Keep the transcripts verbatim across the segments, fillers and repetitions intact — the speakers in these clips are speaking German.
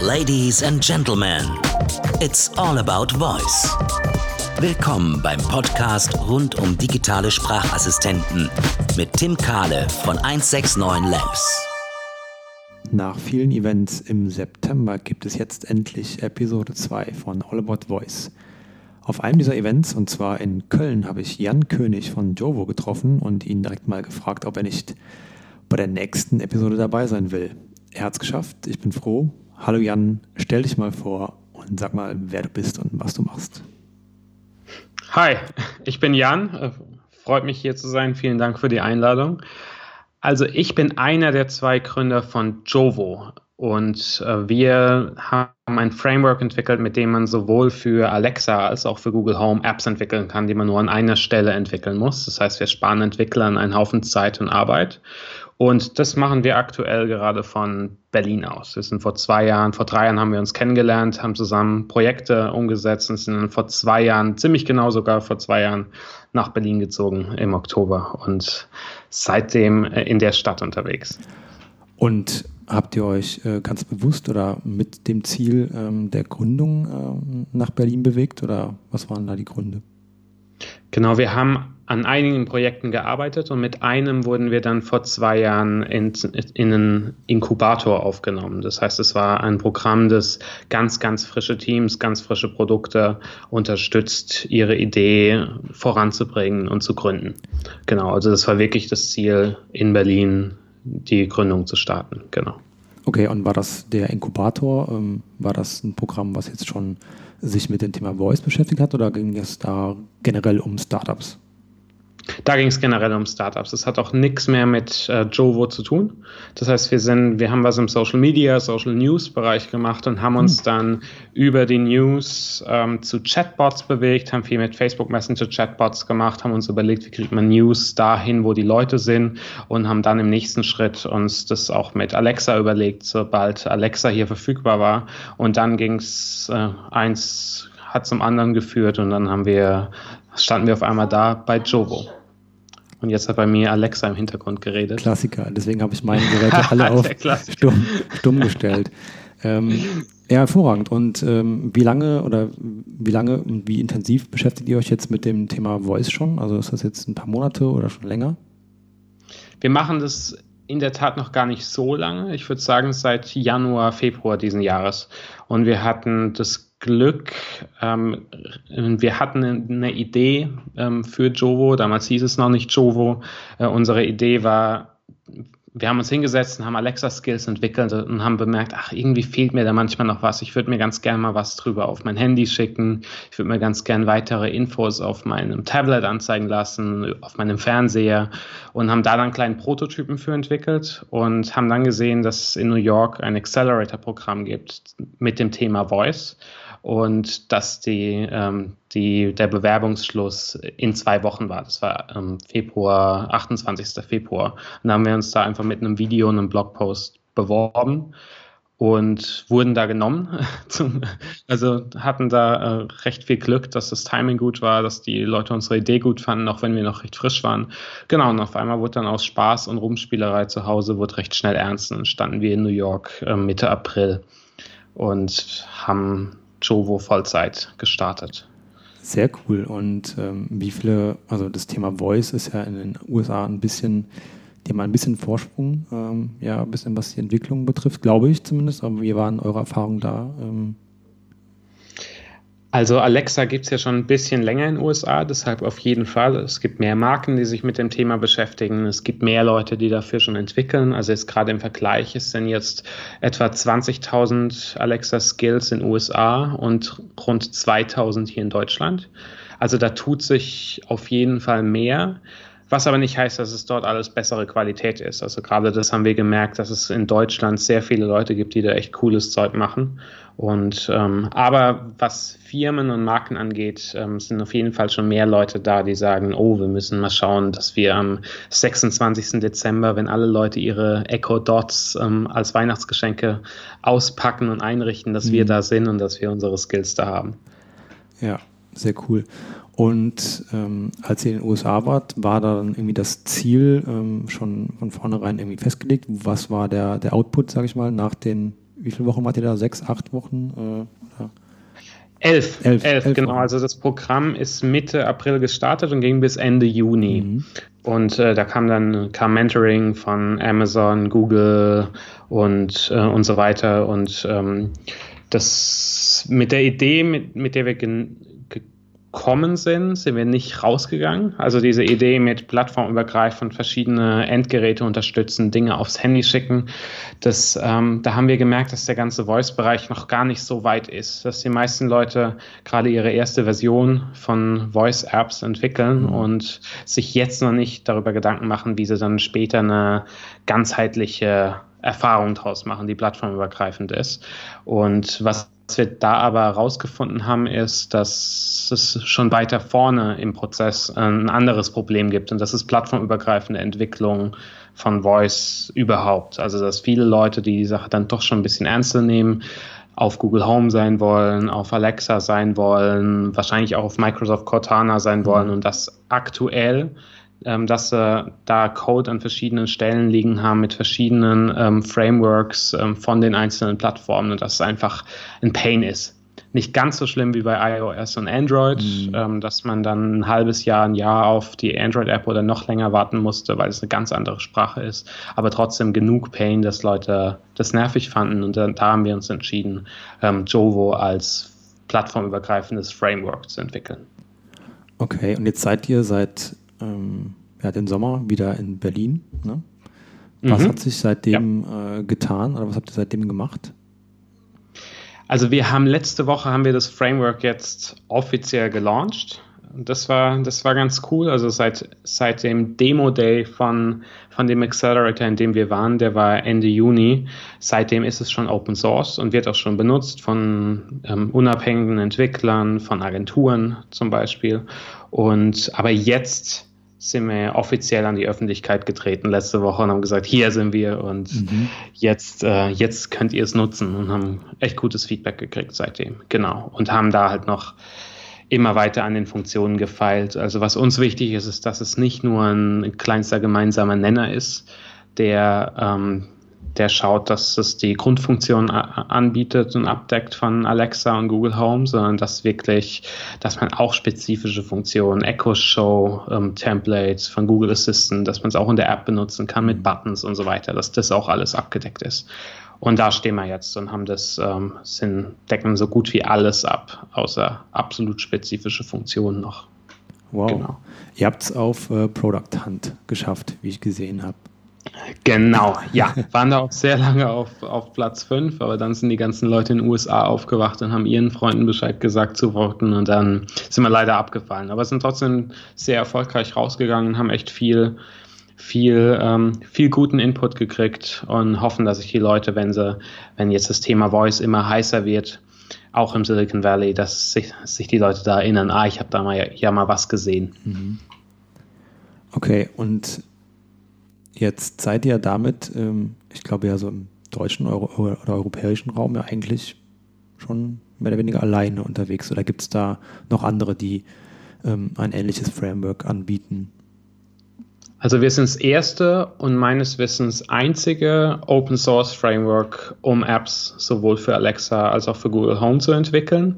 Ladies and Gentlemen, it's all about voice. Willkommen beim Podcast rund um digitale Sprachassistenten mit Tim Kahle von eins sechs neun Labs. Nach vielen Events im September gibt es jetzt endlich Episode zwei von All About Voice. Auf einem dieser Events, und zwar in Köln, habe ich Jan König von Jovo getroffen und ihn direkt mal gefragt, ob er nicht bei der nächsten Episode dabei sein will. Er hat es geschafft, ich bin froh. Hallo Jan, stell dich mal vor und sag mal, wer du bist und was du machst. Hi, ich bin Jan, freut mich hier zu sein, vielen Dank für die Einladung. Also ich bin einer der zwei Gründer von Jovo und äh, wir haben ein Framework entwickelt, mit dem man sowohl für Alexa als auch für Google Home Apps entwickeln kann, die man nur an einer Stelle entwickeln muss. Das heißt, wir sparen Entwicklern einen Haufen Zeit und Arbeit. Und das machen wir aktuell gerade von Berlin aus. Wir sind vor zwei Jahren, vor drei Jahren haben wir uns kennengelernt, haben zusammen Projekte umgesetzt und sind dann vor zwei Jahren, ziemlich genau sogar vor zwei Jahren, nach Berlin gezogen im Oktober und seitdem in der Stadt unterwegs. Und habt ihr euch äh, ganz bewusst oder mit dem Ziel ähm, der Gründung äh, nach Berlin bewegt oder was waren da die Gründe? Genau, wir haben an einigen Projekten gearbeitet und mit einem wurden wir dann vor zwei Jahren in, in einen Inkubator aufgenommen. Das heißt, es war ein Programm, das ganz, ganz frische Teams, ganz frische Produkte unterstützt, ihre Idee voranzubringen und zu gründen. Genau, also das war wirklich das Ziel, in Berlin die Gründung zu starten. Genau. Okay, und war das der Inkubator, ähm, war das ein Programm, was jetzt schon sich mit dem Thema Voice beschäftigt hat oder ging es da generell um Startups? Da ging es generell um Startups. Es hat auch nichts mehr mit äh, Jovo zu tun. Das heißt, wir sind, wir haben was im Social Media, Social News Bereich gemacht und haben uns hm. dann über die News ähm, zu Chatbots bewegt, haben viel mit Facebook Messenger Chatbots gemacht, haben uns überlegt, wie kriegt man News dahin, wo die Leute sind und haben dann im nächsten Schritt uns das auch mit Alexa überlegt, sobald Alexa hier verfügbar war. Und dann ging es äh, eins hat zum anderen geführt und dann haben wir standen wir auf einmal da bei Jovo. Und jetzt hat bei mir Alexa im Hintergrund geredet. Klassiker, deswegen habe ich meine Geräte alle auf stumm, stumm gestellt. Ähm, ja, hervorragend. Und ähm, wie lange oder wie lange und wie intensiv beschäftigt ihr euch jetzt mit dem Thema Voice schon? Also ist das jetzt ein paar Monate oder schon länger? Wir machen das in der Tat noch gar nicht so lange. Ich würde sagen, seit Januar, Februar diesen Jahres. Und wir hatten das Glück, ähm, wir hatten eine Idee ähm, für Jovo, damals hieß es noch nicht Jovo. Äh, unsere Idee war, wir haben uns hingesetzt und haben Alexa-Skills entwickelt und haben bemerkt, ach, irgendwie fehlt mir da manchmal noch was. Ich würde mir ganz gerne mal was drüber auf mein Handy schicken. Ich würde mir ganz gerne weitere Infos auf meinem Tablet anzeigen lassen, auf meinem Fernseher und haben da dann einen kleinen Prototypen für entwickelt und haben dann gesehen, dass es in New York ein Accelerator-Programm gibt mit dem Thema Voice. Und dass die, ähm, die, der Bewerbungsschluss in zwei Wochen war. Das war ähm, Februar, achtundzwanzigsten Februar. Und da haben wir uns da einfach mit einem Video und einem Blogpost beworben und wurden da genommen. Zum, also hatten da äh, recht viel Glück, dass das Timing gut war, dass die Leute unsere Idee gut fanden, auch wenn wir noch recht frisch waren. Genau, und auf einmal wurde dann aus Spaß und Rumspielerei zu Hause wurde recht schnell ernst. Und dann standen wir in New York äh, Mitte April und haben Jovo Vollzeit gestartet. Sehr cool. Und ähm, wie viele, also das Thema Voice ist ja in den U S A ein bisschen, die haben ein bisschen Vorsprung, ähm, ja, ein bisschen was die Entwicklung betrifft, glaube ich zumindest, aber wie waren eure Erfahrungen da? Ähm Also Alexa gibt es ja schon ein bisschen länger in den U S A, deshalb auf jeden Fall. Es gibt mehr Marken, die sich mit dem Thema beschäftigen. Es gibt mehr Leute, die dafür schon entwickeln. Also jetzt gerade im Vergleich, es sind jetzt etwa zwanzigtausend Alexa-Skills in den U S A und rund zweitausend hier in Deutschland. Also da tut sich auf jeden Fall mehr. Was aber nicht heißt, dass es dort alles bessere Qualität ist. Also gerade das haben wir gemerkt, dass es in Deutschland sehr viele Leute gibt, die da echt cooles Zeug machen. Und ähm, aber was Firmen und Marken angeht, ähm, sind auf jeden Fall schon mehr Leute da, die sagen, oh, wir müssen mal schauen, dass wir am sechsundzwanzigsten Dezember, wenn alle Leute ihre Echo Dots ähm, als Weihnachtsgeschenke auspacken und einrichten, dass mhm. wir da sind und dass wir unsere Skills da haben. Ja, sehr cool. Und ähm, als ihr in den U S A wart, war da dann irgendwie das Ziel ähm, schon von vornherein irgendwie festgelegt? Was war der, der Output, sage ich mal, nach den wie viele Wochen wart ihr da? Sechs, acht Wochen? Äh, oder? Elf, elf, elf, elf genau. Wochen. Also das Programm ist Mitte April gestartet und ging bis Ende Juni. Mhm. Und äh, da kam dann kam Mentoring von Amazon, Google und, äh, und so weiter. Und ähm, das mit der Idee, mit, mit der wir gen- gekommen sind, sind wir nicht rausgegangen. Also diese Idee mit plattformübergreifend verschiedene Endgeräte unterstützen, Dinge aufs Handy schicken, das, ähm, da haben wir gemerkt, dass der ganze Voice-Bereich noch gar nicht so weit ist, dass die meisten Leute gerade ihre erste Version von Voice-Apps entwickeln mhm. und sich jetzt noch nicht darüber Gedanken machen, wie sie dann später eine ganzheitliche Erfahrung draus machen, die plattformübergreifend ist. Und was Was wir da aber herausgefunden haben, ist, dass es schon weiter vorne im Prozess ein anderes Problem gibt und das ist plattformübergreifende Entwicklung von Voice überhaupt. Also dass viele Leute, die die Sache dann doch schon ein bisschen ernster nehmen, auf Google Home sein wollen, auf Alexa sein wollen, wahrscheinlich auch auf Microsoft Cortana sein wollen und das aktuell Ähm, dass sie da Code an verschiedenen Stellen liegen haben mit verschiedenen ähm, Frameworks ähm, von den einzelnen Plattformen und dass es einfach ein Pain ist. Nicht ganz so schlimm wie bei iOS und Android, mhm. ähm, dass man dann ein halbes Jahr, ein Jahr auf die Android-App oder noch länger warten musste, weil es eine ganz andere Sprache ist, aber trotzdem genug Pain, dass Leute das nervig fanden und dann, da haben wir uns entschieden, ähm, Jovo als plattformübergreifendes Framework zu entwickeln. Okay, und jetzt seid ihr seit Ähm, ja, den Sommer wieder in Berlin. Ne? Was mhm. hat sich seitdem ja. äh, getan oder was habt ihr seitdem gemacht? Also wir haben letzte Woche haben wir das Framework jetzt offiziell gelauncht. Das war, das war ganz cool. Also seit, seit dem Demo-Day von, von dem Accelerator, in dem wir waren, der war Ende Juni. Seitdem ist es schon Open Source und wird auch schon benutzt von ähm, unabhängigen Entwicklern, von Agenturen zum Beispiel. Und aber jetzt sind wir offiziell an die Öffentlichkeit getreten letzte Woche und haben gesagt, hier sind wir und mhm. jetzt, äh, jetzt könnt ihr es nutzen und haben echt gutes Feedback gekriegt seitdem. Genau. Und haben da halt noch immer weiter an den Funktionen gefeilt. Also was uns wichtig ist, ist, dass es nicht nur ein kleinster gemeinsamer Nenner ist, der, ähm, der schaut, dass es die Grundfunktion a- anbietet und abdeckt von Alexa und Google Home, sondern dass wirklich, dass man auch spezifische Funktionen, Echo Show, ähm, Templates von Google Assistant, dass man es auch in der App benutzen kann mit Buttons und so weiter, dass das auch alles abgedeckt ist. Und da stehen wir jetzt und haben das, ähm, sind, decken so gut wie alles ab, außer absolut spezifische Funktionen noch. Wow. Genau. Ihr habt es auf äh, Product Hunt geschafft, wie ich gesehen habe. Genau, ja. Waren da auch sehr lange auf, auf Platz fünf, aber dann sind die ganzen Leute in den U S A aufgewacht und haben ihren Freunden Bescheid gesagt zu voten und dann sind wir leider abgefallen. Aber sind trotzdem sehr erfolgreich rausgegangen, haben echt viel viel, ähm, viel guten Input gekriegt und hoffen, dass sich die Leute, wenn sie, wenn jetzt das Thema Voice immer heißer wird, auch im Silicon Valley, dass sich, sich die Leute da erinnern, ah, ich habe da mal ja mal was gesehen. Mhm. Okay, und jetzt seid ihr damit, ähm, ich glaube ja so im deutschen Euro- oder europäischen Raum ja eigentlich schon mehr oder weniger alleine unterwegs, oder gibt es da noch andere, die ähm, ein ähnliches Framework anbieten? Also wir sind das erste und meines Wissens einzige Open Source Framework, um Apps sowohl für Alexa als auch für Google Home zu entwickeln,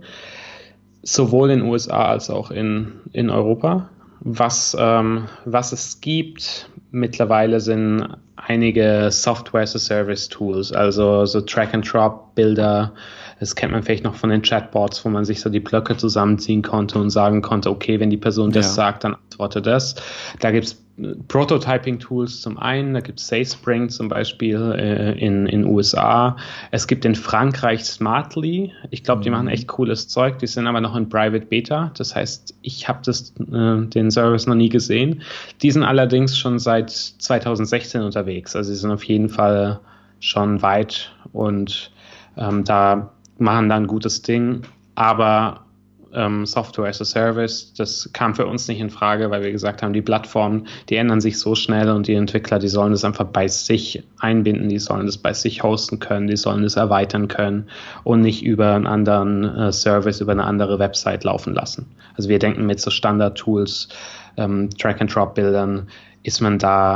sowohl in den U S A als auch in, in Europa. Was, ähm, was es gibt mittlerweile sind einige Software-as-a-Service-Tools, also so Track-and-Drop-Bilder. Das kennt man vielleicht noch von den Chatbots, wo man sich so die Blöcke zusammenziehen konnte und sagen konnte, okay, wenn die Person das ja. sagt, dann antworte das. Da gibt es Prototyping-Tools zum einen, da gibt es SaySpring zum Beispiel äh, in den U S A. Es gibt in Frankreich Smartly. Ich glaube, die machen echt cooles Zeug. Die sind aber noch in Private Beta. Das heißt, ich habe das äh, den Service noch nie gesehen. Die sind allerdings schon seit zwanzig sechzehn unterwegs. Also sie sind auf jeden Fall schon weit und ähm, da machen dann ein gutes Ding. Aber ähm, Software as a Service, das kam für uns nicht in Frage, weil wir gesagt haben, die Plattformen, die ändern sich so schnell und die Entwickler, die sollen das einfach bei sich einbinden, die sollen das bei sich hosten können, die sollen das erweitern können und nicht über einen anderen äh, Service, über eine andere Website laufen lassen. Also wir denken mit so Standard-Tools, ähm, Track-and-Drop-Bildern, ist man da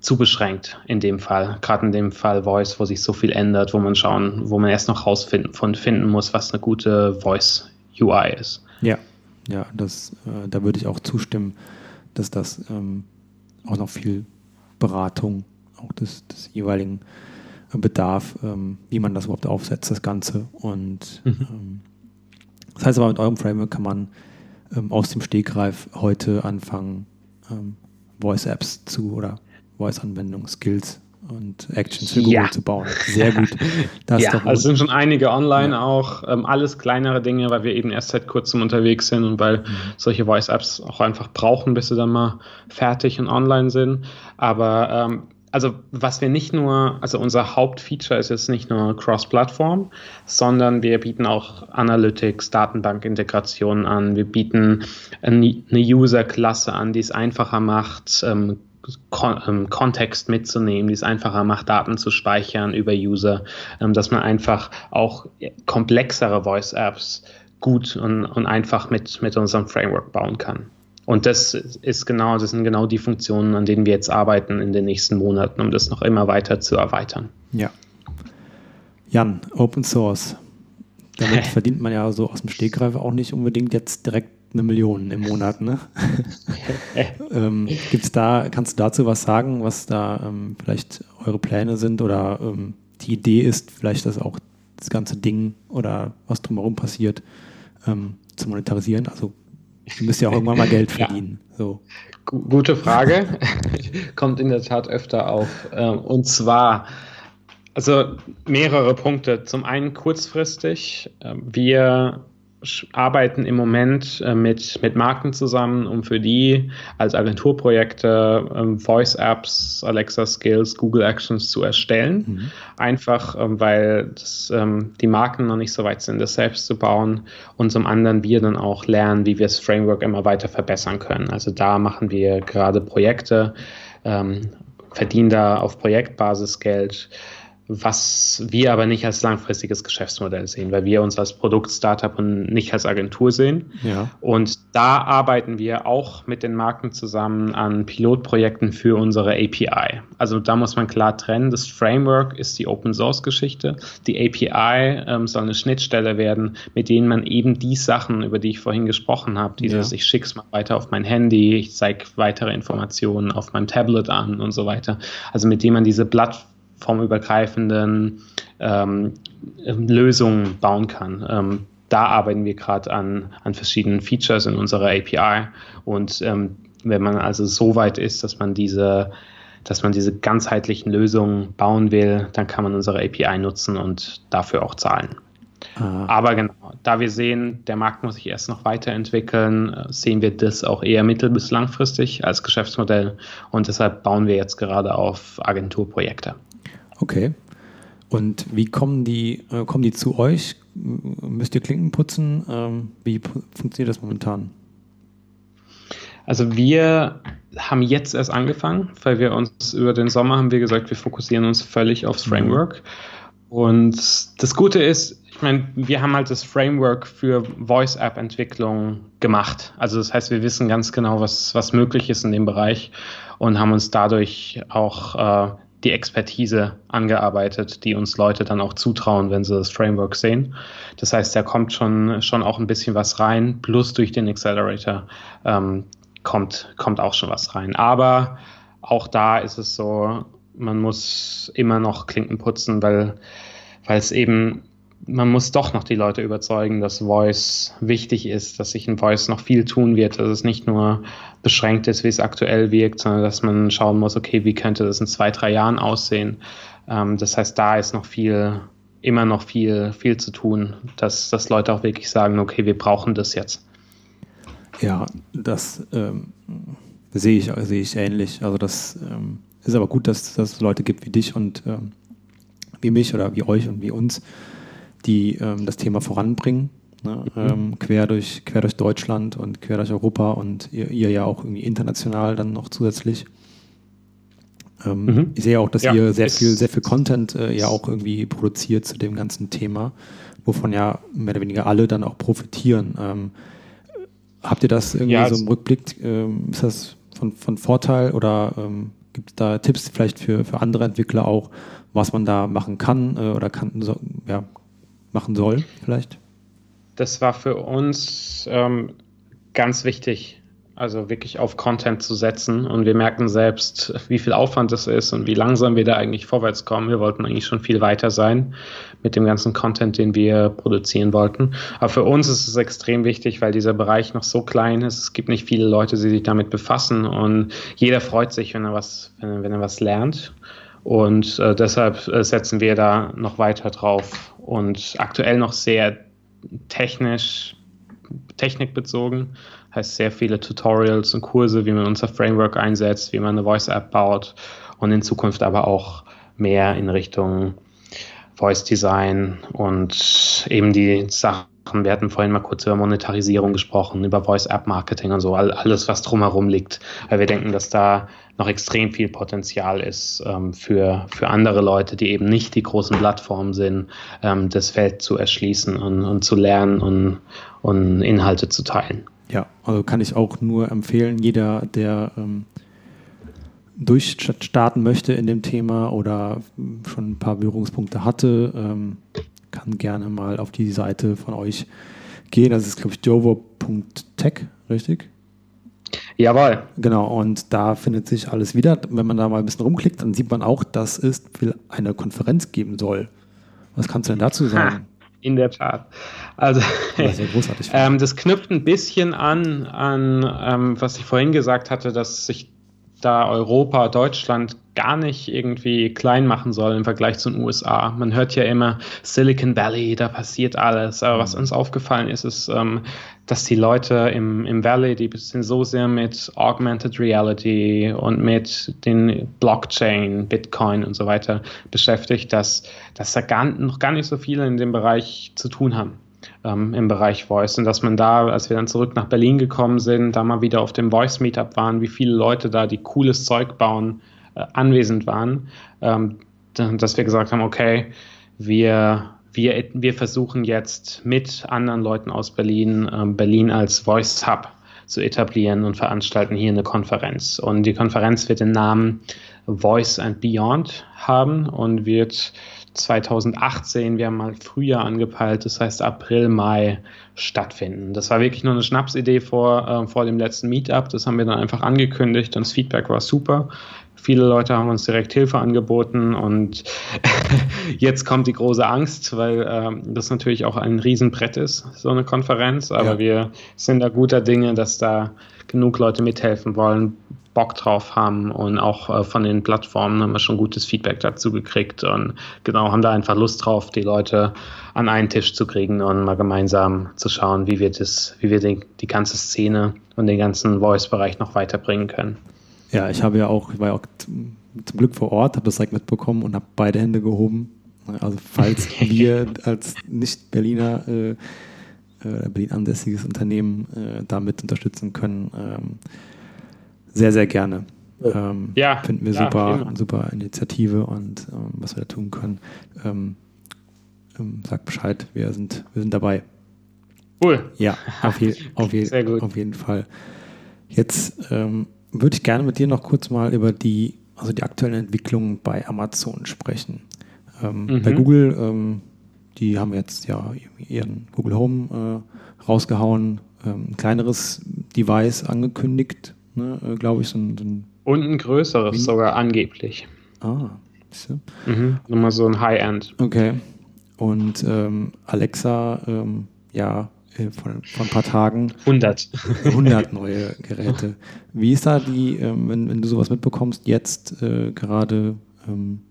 zu beschränkt in dem Fall. Gerade in dem Fall Voice, wo sich so viel ändert, wo man schauen, wo man erst noch rausfinden von finden muss, was eine gute Voice-U I ist. Ja, ja, das, äh, da würde ich auch zustimmen, dass das ähm, auch noch viel Beratung auch des, des jeweiligen Bedarf, ähm, wie man das überhaupt aufsetzt, das Ganze. Und mhm. ähm, das heißt aber, mit eurem Framework kann man ähm, aus dem Stegreif heute anfangen, ähm, Voice-Apps zu oder Voice-Anwendungen, Skills und Actions für Google ja. zu bauen. Sehr gut. Das ja, doch also sind schon einige online ja. auch, ähm, alles kleinere Dinge, weil wir eben erst seit kurzem unterwegs sind und weil mhm. solche Voice-Apps auch einfach brauchen, bis sie dann mal fertig und online sind. Aber ähm, also was wir nicht nur, also unser Hauptfeature ist jetzt nicht nur Cross-Plattform, sondern wir bieten auch Analytics, Datenbankintegrationen an. Wir bieten eine User-Klasse an, die es einfacher macht, ähm, Kon- ähm, Kontext mitzunehmen, die es einfacher macht, Daten zu speichern über User, ähm, dass man einfach auch komplexere Voice-Apps gut und, und einfach mit, mit unserem Framework bauen kann. Und das ist genau, das sind genau die Funktionen, an denen wir jetzt arbeiten in den nächsten Monaten, um das noch immer weiter zu erweitern. Ja. Jan, Open Source. Damit verdient man ja so aus dem Stegreif auch nicht unbedingt jetzt direkt eine Million im Monat, ne? ähm, gibt's da, kannst du dazu was sagen, was da ähm, vielleicht eure Pläne sind oder ähm, die Idee ist, vielleicht das auch das ganze Ding oder was drumherum passiert, ähm, zu monetarisieren? Also du müsst ja auch irgendwann mal Geld verdienen. Ja. So. Gute Frage. Kommt in der Tat öfter auf. Und zwar, also mehrere Punkte. Zum einen kurzfristig. Wir arbeiten im Moment mit, mit Marken zusammen, um für die als Agenturprojekte Voice-Apps, Alexa Skills, Google Actions zu erstellen. Mhm. Einfach, weil das, die Marken noch nicht so weit sind, das selbst zu bauen. Und zum anderen wir dann auch lernen, wie wir das Framework immer weiter verbessern können. Also da machen wir gerade Projekte, verdienen da auf Projektbasis Geld, was wir aber nicht als langfristiges Geschäftsmodell sehen, weil wir uns als Produkt-Startup und nicht als Agentur sehen. Ja. Und da arbeiten wir auch mit den Marken zusammen an Pilotprojekten für unsere A P I. Also da muss man klar trennen, das Framework ist die Open-Source-Geschichte. Die A P I ähm, soll eine Schnittstelle werden, mit denen man eben die Sachen, über die ich vorhin gesprochen habe, dieses ja. ich schicke es mal weiter auf mein Handy, ich zeige weitere Informationen auf meinem Tablet an und so weiter. Also mit dem man diese Plattform formübergreifenden ähm, Lösungen bauen kann. Ähm, da arbeiten wir gerade an, an verschiedenen Features in unserer A P I und ähm, wenn man also so weit ist, dass man diese, dass man diese ganzheitlichen Lösungen bauen will, dann kann man unsere A P I nutzen und dafür auch zahlen. Ah. Aber genau, da wir sehen, der Markt muss sich erst noch weiterentwickeln, sehen wir das auch eher mittel- bis langfristig als Geschäftsmodell und deshalb bauen wir jetzt gerade auf Agenturprojekte. Okay. Und wie kommen die, äh, kommen die zu euch? Müsst ihr Klinken putzen? Ähm, wie pu- funktioniert das momentan? Also wir haben jetzt erst angefangen, weil wir uns über den Sommer haben wir gesagt, wir fokussieren uns völlig aufs Framework. Mhm. Und das Gute ist, ich meine, wir haben halt das Framework für Voice-App-Entwicklung gemacht. Also das heißt, wir wissen ganz genau, was, was möglich ist in dem Bereich und haben uns dadurch auch äh, die Expertise angearbeitet, die uns Leute dann auch zutrauen, wenn sie das Framework sehen. Das heißt, da kommt schon, schon auch ein bisschen was rein, plus durch den Accelerator ähm, kommt, kommt auch schon was rein. Aber auch da ist es so, man muss immer noch Klinken putzen, weil, weil es eben, man muss doch noch die Leute überzeugen, dass Voice wichtig ist, dass sich in Voice noch viel tun wird, dass es nicht nur beschränkt ist, wie es aktuell wirkt, sondern dass man schauen muss, okay, wie könnte das in zwei, drei Jahren aussehen. Ähm, das heißt, da ist noch viel, immer noch viel, viel zu tun, dass, dass Leute auch wirklich sagen, okay, wir brauchen das jetzt. Ja, das ähm, sehe ich, sehe ich ähnlich. Also das ähm, ist aber gut, dass, dass es Leute gibt wie dich und ähm, wie mich oder wie euch und wie uns, die ähm, das Thema voranbringen, ne? mhm. ähm, quer durch, quer durch Deutschland und quer durch Europa und ihr, ihr ja auch irgendwie international dann noch zusätzlich. Ähm, mhm. Ich sehe auch, dass ja, ihr sehr viel, sehr viel Content äh, ja auch irgendwie produziert zu dem ganzen Thema, wovon ja mehr oder weniger alle dann auch profitieren. Ähm, habt ihr das irgendwie ja, so im Rückblick, ähm, ist das von, von Vorteil oder ähm, Gibt es da Tipps vielleicht für, für andere Entwickler auch, was man da machen kann äh, oder kann, so, ja, machen soll vielleicht? Das war für uns ähm, ganz wichtig, also wirklich auf Content zu setzen. Und wir merken selbst, wie viel Aufwand das ist und wie langsam wir da eigentlich vorwärts kommen. Wir wollten eigentlich schon viel weiter sein mit dem ganzen Content, den wir produzieren wollten. Aber für uns ist es extrem wichtig, weil dieser Bereich noch so klein ist. Es gibt nicht viele Leute, die sich damit befassen. Und jeder freut sich, wenn er was, wenn er, wenn er was lernt. Und äh, deshalb äh, setzen wir da noch weiter drauf. Und aktuell noch sehr technisch, technikbezogen. Heißt sehr viele Tutorials und Kurse, wie man unser Framework einsetzt, wie man eine Voice-App baut und in Zukunft aber auch mehr in Richtung Voice-Design und eben die Sachen. Wir hatten vorhin mal kurz über Monetarisierung gesprochen, über Voice-App-Marketing und so, alles, was drumherum liegt. Weil wir denken, dass da noch extrem viel Potenzial ist ähm, für, für andere Leute, die eben nicht die großen Plattformen sind, ähm, das Feld zu erschließen und, und zu lernen und, und Inhalte zu teilen. Ja, also kann ich auch nur empfehlen, jeder, der ähm, durchstarten möchte in dem Thema oder schon ein paar Berührungspunkte hatte, ähm, kann gerne mal auf die Seite von euch gehen. Das ist, glaube ich, jovo punkt tech, richtig? Jawohl. Genau, und da findet sich alles wieder. Wenn man da mal ein bisschen rumklickt, dann sieht man auch, dass es eine Konferenz geben soll. Was kannst du denn dazu sagen? Ha. In der Tat. Also das, ja großartig ähm, das knüpft ein bisschen an, an ähm, was ich vorhin gesagt hatte, dass sich da Europa, Deutschland gar nicht irgendwie klein machen soll im Vergleich zu den U S A. Man hört ja immer Silicon Valley, da passiert alles. Aber was uns aufgefallen ist, ist, ähm, dass die Leute im, im Valley, die sind so sehr mit Augmented Reality und mit den Blockchain, Bitcoin und so weiter beschäftigt, dass, dass da gar, noch gar nicht so viele in dem Bereich zu tun haben. Ähm, im Bereich Voice und dass man da, als wir dann zurück nach Berlin gekommen sind, da mal wieder auf dem Voice Meetup waren, wie viele Leute da, die cooles Zeug bauen, äh, anwesend waren, ähm, dass wir gesagt haben, okay, wir, wir, wir versuchen jetzt mit anderen Leuten aus Berlin, ähm, Berlin als Voice Hub zu etablieren und veranstalten hier eine Konferenz. Und die Konferenz wird den Namen Voice and Beyond haben und wird zweitausendachtzehn, wir haben mal Frühjahr angepeilt, das heißt April, Mai stattfinden. Das war wirklich nur eine Schnapsidee vor, äh, vor dem letzten Meetup, das haben wir dann einfach angekündigt und das Feedback war super. Viele Leute haben uns direkt Hilfe angeboten und jetzt kommt die große Angst, weil ähm, das natürlich auch ein Riesenbrett ist, so eine Konferenz, aber ja. Wir sind da guter Dinge, dass da genug Leute mithelfen wollen, Bock drauf haben und auch äh, von den Plattformen haben wir schon gutes Feedback dazu gekriegt und genau, haben da einfach Lust drauf, die Leute an einen Tisch zu kriegen und mal gemeinsam zu schauen, wie wir das, wie wir die, die ganze Szene und den ganzen Voice-Bereich noch weiterbringen können. Ja, ich habe ja auch, ich war ja auch zum, zum Glück vor Ort, habe das direkt mitbekommen und habe beide Hände gehoben. Also falls wir als Nicht-Berliner äh, Berlin ansässiges Unternehmen äh, damit unterstützen können, ähm, sehr, sehr gerne. Ähm, ja, finden wir ja, super, super Initiative und ähm, was wir da tun können. Ähm, ähm, sagt Bescheid, wir sind, wir sind dabei. Cool. Ja, auf, je, auf, je, sehr gut. auf jeden Fall. Jetzt ähm, würde ich gerne mit dir noch kurz mal über die, also die aktuellen Entwicklungen bei Amazon sprechen. Ähm, mhm. Bei Google, ähm, die haben jetzt ja ihren Google Home äh, rausgehauen, ähm, ein kleineres Device angekündigt. Ne, äh, glaube ich, so ein, so ein und ein größeres Mini? Sogar angeblich. Ah, siehst du? Mhm, nochmal so ein High-End. Okay. Und ähm, Alexa, ähm, ja, äh, von, von ein paar Tagen hundert. hundert neue Geräte. Wie ist da die, ähm, wenn, wenn du sowas mitbekommst, jetzt äh, gerade, ähm,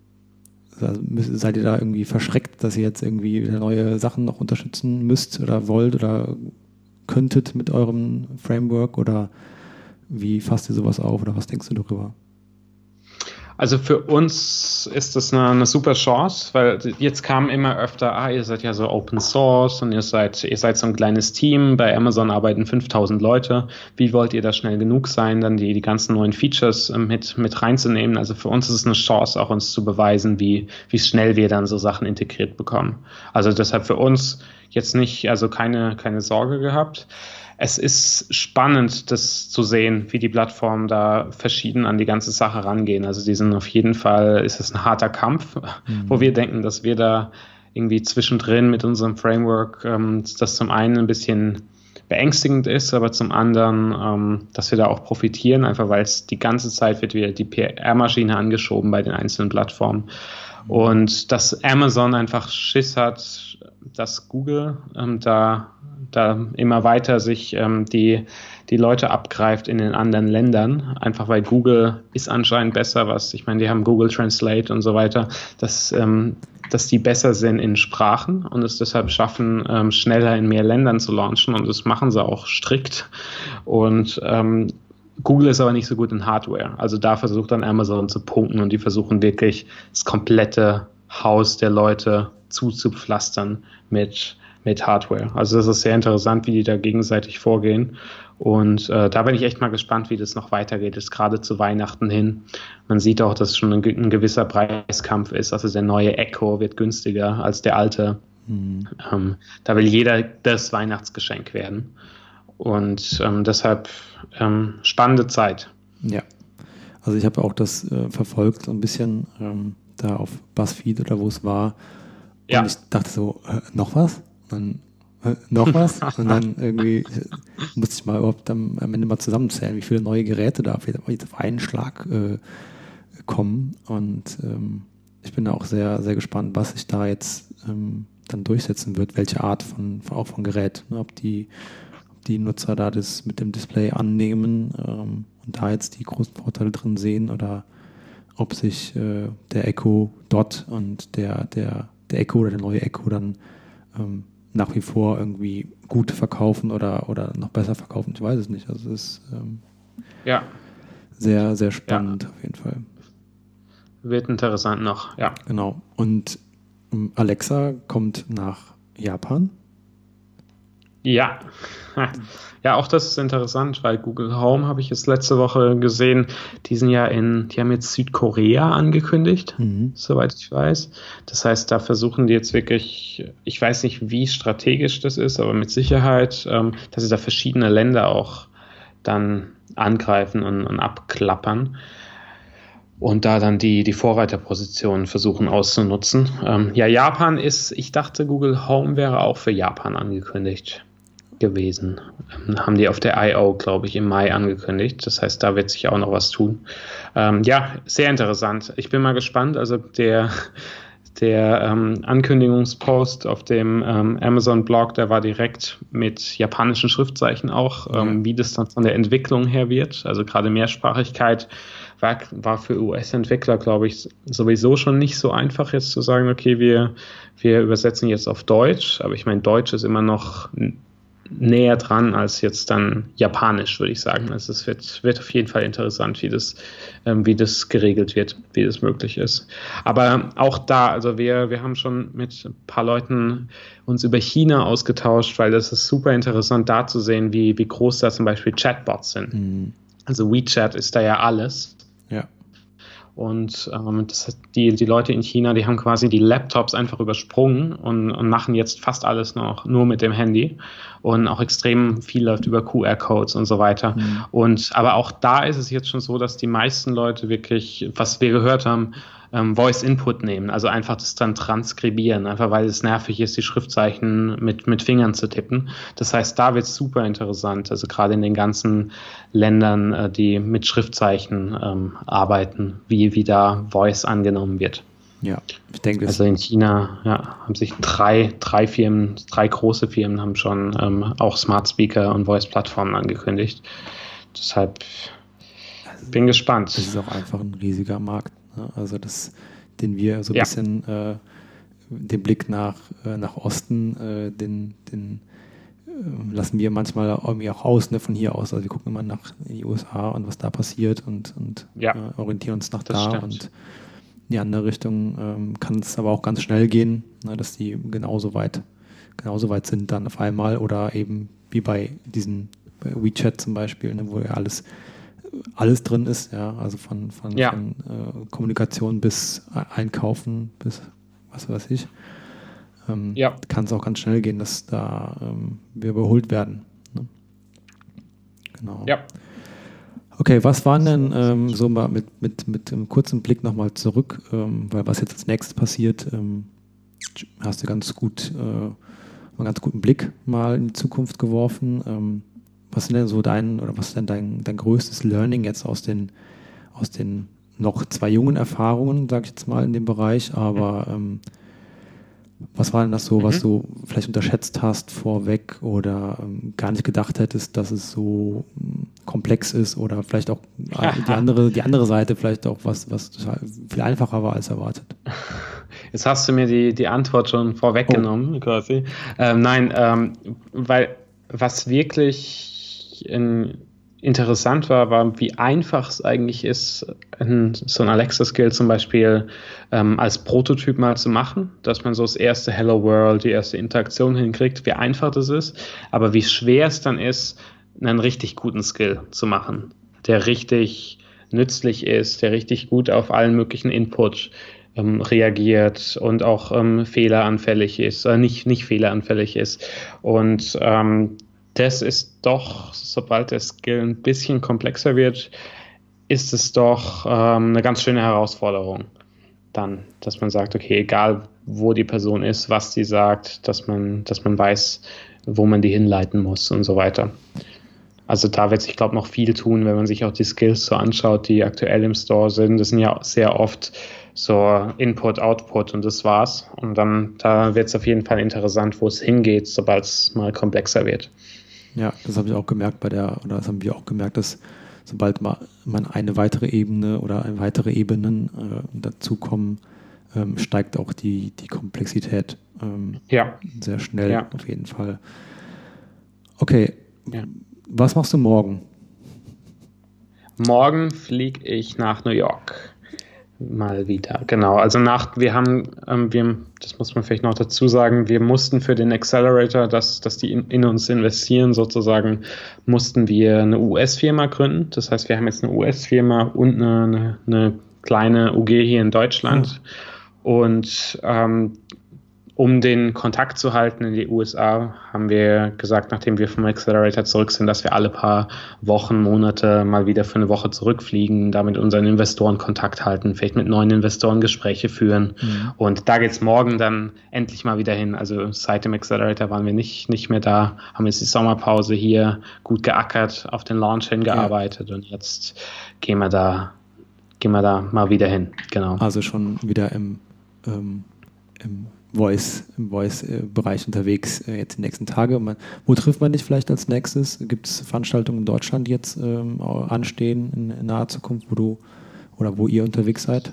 seid ihr da irgendwie verschreckt, dass ihr jetzt irgendwie wieder neue Sachen noch unterstützen müsst oder wollt oder könntet mit eurem Framework oder wie fasst ihr sowas auf oder was denkst du darüber? Also für uns ist das eine, eine super Chance, weil jetzt kam immer öfter, ah, ihr seid ja so Open Source und ihr seid, ihr seid so ein kleines Team, bei Amazon arbeiten fünftausend Leute, wie wollt ihr da schnell genug sein, dann die, die ganzen neuen Features mit, mit reinzunehmen? Also für uns ist es eine Chance, auch uns zu beweisen, wie, wie schnell wir dann so Sachen integriert bekommen. Also deshalb für uns jetzt nicht, also keine, keine Sorge gehabt. Es ist spannend, das zu sehen, wie die Plattformen da verschieden an die ganze Sache rangehen. Also die sind auf jeden Fall, ist es ein harter Kampf, mhm. wo wir denken, dass wir da irgendwie zwischendrin mit unserem Framework, ähm, das zum einen ein bisschen beängstigend ist, aber zum anderen, ähm, dass wir da auch profitieren, einfach weil es die ganze Zeit wird wieder die P R-Maschine angeschoben bei den einzelnen Plattformen. Mhm. Und dass Amazon einfach Schiss hat, dass Google ähm, da da immer weiter sich ähm, die, die Leute abgreift in den anderen Ländern, einfach weil Google ist anscheinend besser, was, ich meine, die haben Google Translate und so weiter, dass, ähm, dass die besser sind in Sprachen und es deshalb schaffen, ähm, schneller in mehr Ländern zu launchen und das machen sie auch strikt und ähm, Google ist aber nicht so gut in Hardware, also da versucht dann Amazon zu punkten und die versuchen wirklich das komplette Haus der Leute zuzupflastern mit mit Hardware. Also das ist sehr interessant, wie die da gegenseitig vorgehen. Und äh, da bin ich echt mal gespannt, wie das noch weitergeht. Das ist gerade zu Weihnachten hin. Man sieht auch, dass schon ein, ein gewisser Preiskampf ist. Also der neue Echo wird günstiger als der alte. Mhm. Ähm, da will jeder das Weihnachtsgeschenk werden. Und ähm, deshalb ähm, spannende Zeit. Ja, also ich habe auch das äh, verfolgt, so ein bisschen ähm, da auf BuzzFeed oder wo es war. Und ja. ich dachte so, äh, noch was? Dann äh, noch was und dann irgendwie musste ich mal überhaupt am, am Ende mal zusammenzählen, wie viele neue Geräte da auf einen Schlag äh, kommen und ähm, ich bin da auch sehr, sehr gespannt, was sich da jetzt ähm, dann durchsetzen wird, welche Art von, von auch von Gerät, ne? ob die ob die Nutzer da das mit dem Display annehmen ähm, und da jetzt die großen Vorteile drin sehen oder ob sich äh, der Echo Dot und der, der, der Echo oder der neue Echo dann ähm, nach wie vor irgendwie gut verkaufen oder, oder noch besser verkaufen. Ich weiß es nicht. Also es ist ähm, ja. sehr, sehr spannend ja. auf jeden Fall. Wird interessant noch, ja. Genau. Und ähm, Alexa kommt nach Japan. Ja. Ja, auch das ist interessant, weil Google Home habe ich jetzt letzte Woche gesehen, die sind ja in, die haben jetzt Südkorea angekündigt, mhm. soweit ich weiß. Das heißt, da versuchen die jetzt wirklich, ich weiß nicht, wie strategisch das ist, aber mit Sicherheit, ähm, dass sie da verschiedene Länder auch dann angreifen und, und abklappern und da dann die, die Vorreiterposition versuchen auszunutzen. Ähm, ja, Japan ist, ich dachte, Google Home wäre auch für Japan angekündigt gewesen. Ähm, haben die auf der I O, glaube ich, im Mai angekündigt. Das heißt, da wird sich auch noch was tun. Ähm, ja, sehr interessant. Ich bin mal gespannt. Also der, der ähm, Ankündigungspost auf dem ähm, Amazon-Blog, der war direkt mit japanischen Schriftzeichen auch, ähm, ja. wie das dann von der Entwicklung her wird. Also gerade Mehrsprachigkeit war, war für U S-Entwickler, glaube ich, sowieso schon nicht so einfach jetzt zu sagen, okay, wir, wir übersetzen jetzt auf Deutsch. Aber ich meine, Deutsch ist immer noch näher dran als jetzt dann Japanisch, würde ich sagen. Also es wird, wird auf jeden Fall interessant, wie das, ähm, wie das geregelt wird, wie das möglich ist. Aber auch da, also wir, wir haben schon mit ein paar Leuten uns über China ausgetauscht, weil das ist super interessant, da zu sehen, wie, wie groß da zum Beispiel Chatbots sind. Mhm. Also WeChat ist da ja alles. Ja. Und ähm, das, die, die Leute in China, die haben quasi die Laptops einfach übersprungen und, und machen jetzt fast alles noch nur mit dem Handy. Und auch extrem viel läuft über Q R-Codes und so weiter. Mhm. Und aber auch da ist es jetzt schon so, dass die meisten Leute wirklich, was wir gehört haben, ähm, Voice Input nehmen, also einfach das dann transkribieren, einfach weil es nervig ist, die Schriftzeichen mit, mit Fingern zu tippen. Das heißt, da wird es super interessant, also gerade in den ganzen Ländern, äh, die mit Schriftzeichen ähm, arbeiten, wie, wie da Voice angenommen wird. Ja, ich denke, also in China ja, haben sich drei, drei Firmen, drei große Firmen haben schon ähm, auch Smart Speaker und Voice-Plattformen angekündigt. Deshalb also, bin gespannt. Das ist auch einfach ein riesiger Markt. Ne? Also das, den wir so ein ja. bisschen äh, den Blick nach, äh, nach Osten, äh, den, den lassen wir manchmal irgendwie auch aus, ne, von hier aus. Also wir gucken immer nach in die U S A und was da passiert und, und ja, äh, orientieren uns nach das da. stimmt. Und in die andere Richtung ähm, kann es aber auch ganz schnell gehen, ne, dass die genauso weit, genauso weit sind dann auf einmal oder eben wie bei diesen bei WeChat zum Beispiel, ne, wo ja alles, alles drin ist, ja, also von, von, ja. von äh, Kommunikation bis Einkaufen bis was weiß ich. Ähm, ja. Kann es auch ganz schnell gehen, dass da ähm, wir überholt werden. Ne? Genau. Ja. Okay, was waren denn ähm, so mal mit, mit, mit einem kurzen Blick nochmal zurück, ähm, weil was jetzt als nächstes passiert, ähm, hast du ganz gut, äh, einen ganz guten Blick mal in die Zukunft geworfen. Ähm, was sind denn so dein, oder was ist denn dein, dein größtes Learning jetzt aus den, aus den noch zwei jungen Erfahrungen, sag ich jetzt mal, in dem Bereich, aber ähm, was war denn das so, mhm. was du vielleicht unterschätzt hast vorweg oder ähm, gar nicht gedacht hättest, dass es so ähm, komplex ist oder vielleicht auch die andere, die andere Seite vielleicht auch was, was viel einfacher war als erwartet? Jetzt hast du mir die, die Antwort schon vorweggenommen, oh. quasi. Ähm, nein, ähm, weil was wirklich in interessant war, war, wie einfach es eigentlich ist, ein, so ein Alexa-Skill zum Beispiel ähm, als Prototyp mal zu machen, dass man so das erste Hello World, die erste Interaktion hinkriegt, wie einfach das ist, aber wie schwer es dann ist, einen richtig guten Skill zu machen, der richtig nützlich ist, der richtig gut auf allen möglichen Input ähm, reagiert und auch ähm, fehleranfällig ist, äh, nicht, nicht fehleranfällig ist. Und ähm, das ist doch, sobald der Skill ein bisschen komplexer wird, ist es doch ähm, eine ganz schöne Herausforderung. Dann, dass man sagt, okay, egal wo die Person ist, was sie sagt, dass man, dass man weiß, wo man die hinleiten muss und so weiter. Also da wird sich, glaube ich, noch viel tun, wenn man sich auch die Skills so anschaut, die aktuell im Store sind. Das sind ja sehr oft so Input, Output und das war's. Und dann, da wird es auf jeden Fall interessant, wo es hingeht, sobald es mal komplexer wird. Ja, das habe ich auch gemerkt bei der, oder das haben wir auch gemerkt, dass sobald man eine weitere Ebene oder eine weitere Ebenen äh, dazukommen, ähm, steigt auch die, die Komplexität ähm, ja. sehr schnell, ja. auf jeden Fall. Okay, ja. Was machst du morgen? Morgen fliege ich nach New York. Mal wieder, genau. Also nach, wir haben, ähm, wir, das muss man vielleicht noch dazu sagen, wir mussten für den Accelerator, dass, dass die in, in uns investieren sozusagen, mussten wir eine U S-Firma gründen. Das heißt, wir haben jetzt eine U S-Firma und eine, eine, eine kleine U G hier in Deutschland. Mhm. Und ähm, um den Kontakt zu halten in die U S A, haben wir gesagt, nachdem wir vom Accelerator zurück sind, dass wir alle paar Wochen, Monate mal wieder für eine Woche zurückfliegen, da mit unseren Investoren Kontakt halten, vielleicht mit neuen Investoren Gespräche führen. Mhm. Und da geht's morgen dann endlich mal wieder hin. Also seit dem Accelerator waren wir nicht, nicht mehr da, haben jetzt die Sommerpause hier gut geackert, auf den Launch hingearbeitet ja. Und jetzt gehen wir da, gehen wir da mal wieder hin. Genau. Also schon wieder im, ähm, im Voice, im Voice-Bereich unterwegs äh, jetzt die nächsten Tage. Man, wo trifft man dich vielleicht als nächstes? Gibt es Veranstaltungen in Deutschland, die jetzt ähm, anstehen in, in naher Zukunft, wo du oder wo ihr unterwegs seid?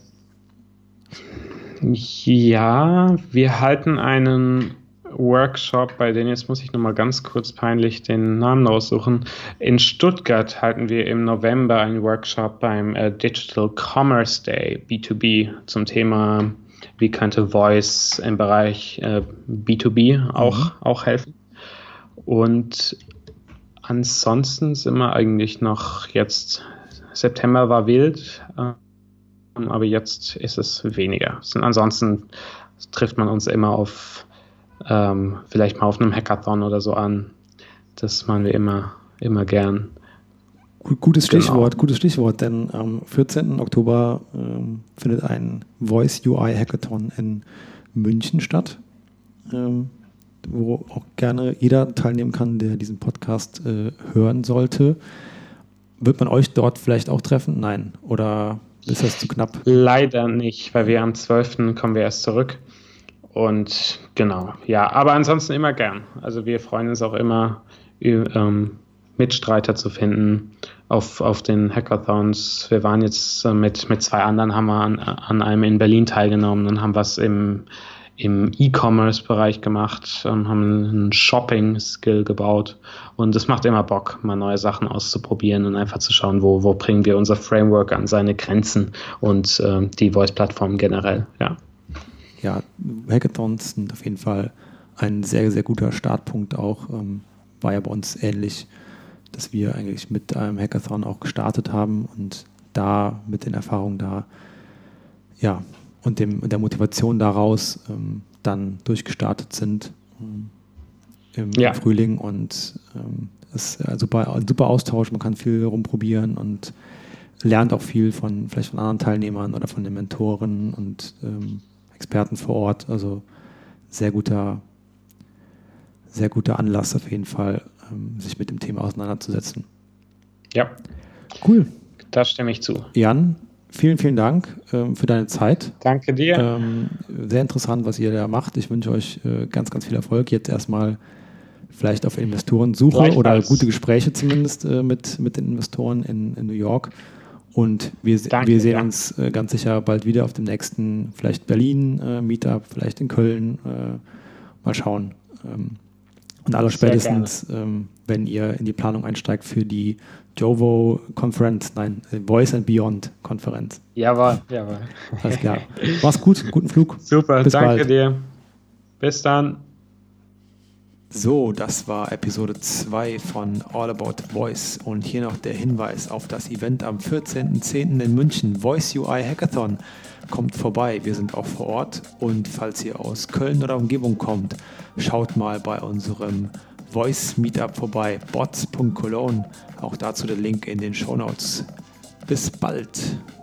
Ja, wir halten einen Workshop, bei dem jetzt muss ich nochmal ganz kurz peinlich den Namen raussuchen. In Stuttgart halten wir im November einen Workshop beim äh, Digital Commerce Day B zwei B zum Thema wie könnte Voice im Bereich äh, B zwei B auch, mhm. auch helfen. Und ansonsten sind wir eigentlich noch jetzt, September war wild, äh, aber jetzt ist es weniger. Und ansonsten trifft man uns immer auf, ähm, vielleicht mal auf einem Hackathon oder so an. Das machen wir immer, immer gern. Gutes Stichwort, genau. gutes Stichwort, denn am vierzehnten Oktober ähm, findet ein Voice U I Hackathon in München statt, ähm, wo auch gerne jeder teilnehmen kann, der diesen Podcast äh, hören sollte. Wird man euch dort vielleicht auch treffen? Nein. Oder ist das zu knapp? Leider nicht, weil wir am zwölften kommen wir erst zurück. Und genau, ja, aber ansonsten immer gern. Also wir freuen uns auch immer, ähm, Mitstreiter zu finden auf, auf den Hackathons. Wir waren jetzt äh, mit, mit zwei anderen, haben wir an, an einem in Berlin teilgenommen und haben was im, im E-Commerce-Bereich gemacht, ähm, haben einen Shopping-Skill gebaut und es macht immer Bock, mal neue Sachen auszuprobieren und einfach zu schauen, wo, wo bringen wir unser Framework an seine Grenzen und ähm, die Voice-Plattform generell, ja. Ja, Hackathons sind auf jeden Fall ein sehr, sehr guter Startpunkt auch. Ähm, war ja bei uns ähnlich, dass wir eigentlich mit einem Hackathon auch gestartet haben und da mit den Erfahrungen da, ja, und dem, der Motivation daraus ähm, dann durchgestartet sind ähm, im, ja. im Frühling und ähm, es ist ein super, ein super Austausch, man kann viel rumprobieren und lernt auch viel von vielleicht von anderen Teilnehmern oder von den Mentoren und ähm, Experten vor Ort, also sehr guter, sehr guter Anlass auf jeden Fall, ähm, sich mit dem Thema auseinanderzusetzen. Ja. Cool. Da stimme ich zu. Jan, vielen, vielen Dank ähm, für deine Zeit. Danke dir. Ähm, sehr interessant, was ihr da macht. Ich wünsche euch äh, ganz, ganz viel Erfolg. Jetzt erstmal vielleicht auf Investorensuche oder gute Gespräche zumindest äh, mit, mit den Investoren in, in New York. Und wir, Danke, wir sehen ja. uns äh, ganz sicher bald wieder auf dem nächsten, vielleicht Berlin äh, Meetup, vielleicht in Köln. Äh, mal schauen. Ähm, und allerspätestens, ähm, wenn ihr in die Planung einsteigt für die Jovo-Konferenz, nein, Voice and Beyond-Konferenz. Jawohl, jawohl. Alles klar. Mach's gut, guten Flug. Super, Bis danke bald. dir. Bis dann. So, das war Episode zwei von All About Voice und hier noch der Hinweis auf das Event am vierzehnten zehnten in München, Voice U I Hackathon. Kommt vorbei, wir sind auch vor Ort und falls ihr aus Köln oder Umgebung kommt, schaut mal bei unserem Voice Meetup vorbei, bots punkt cologne. Auch dazu der Link in den Shownotes. Bis bald.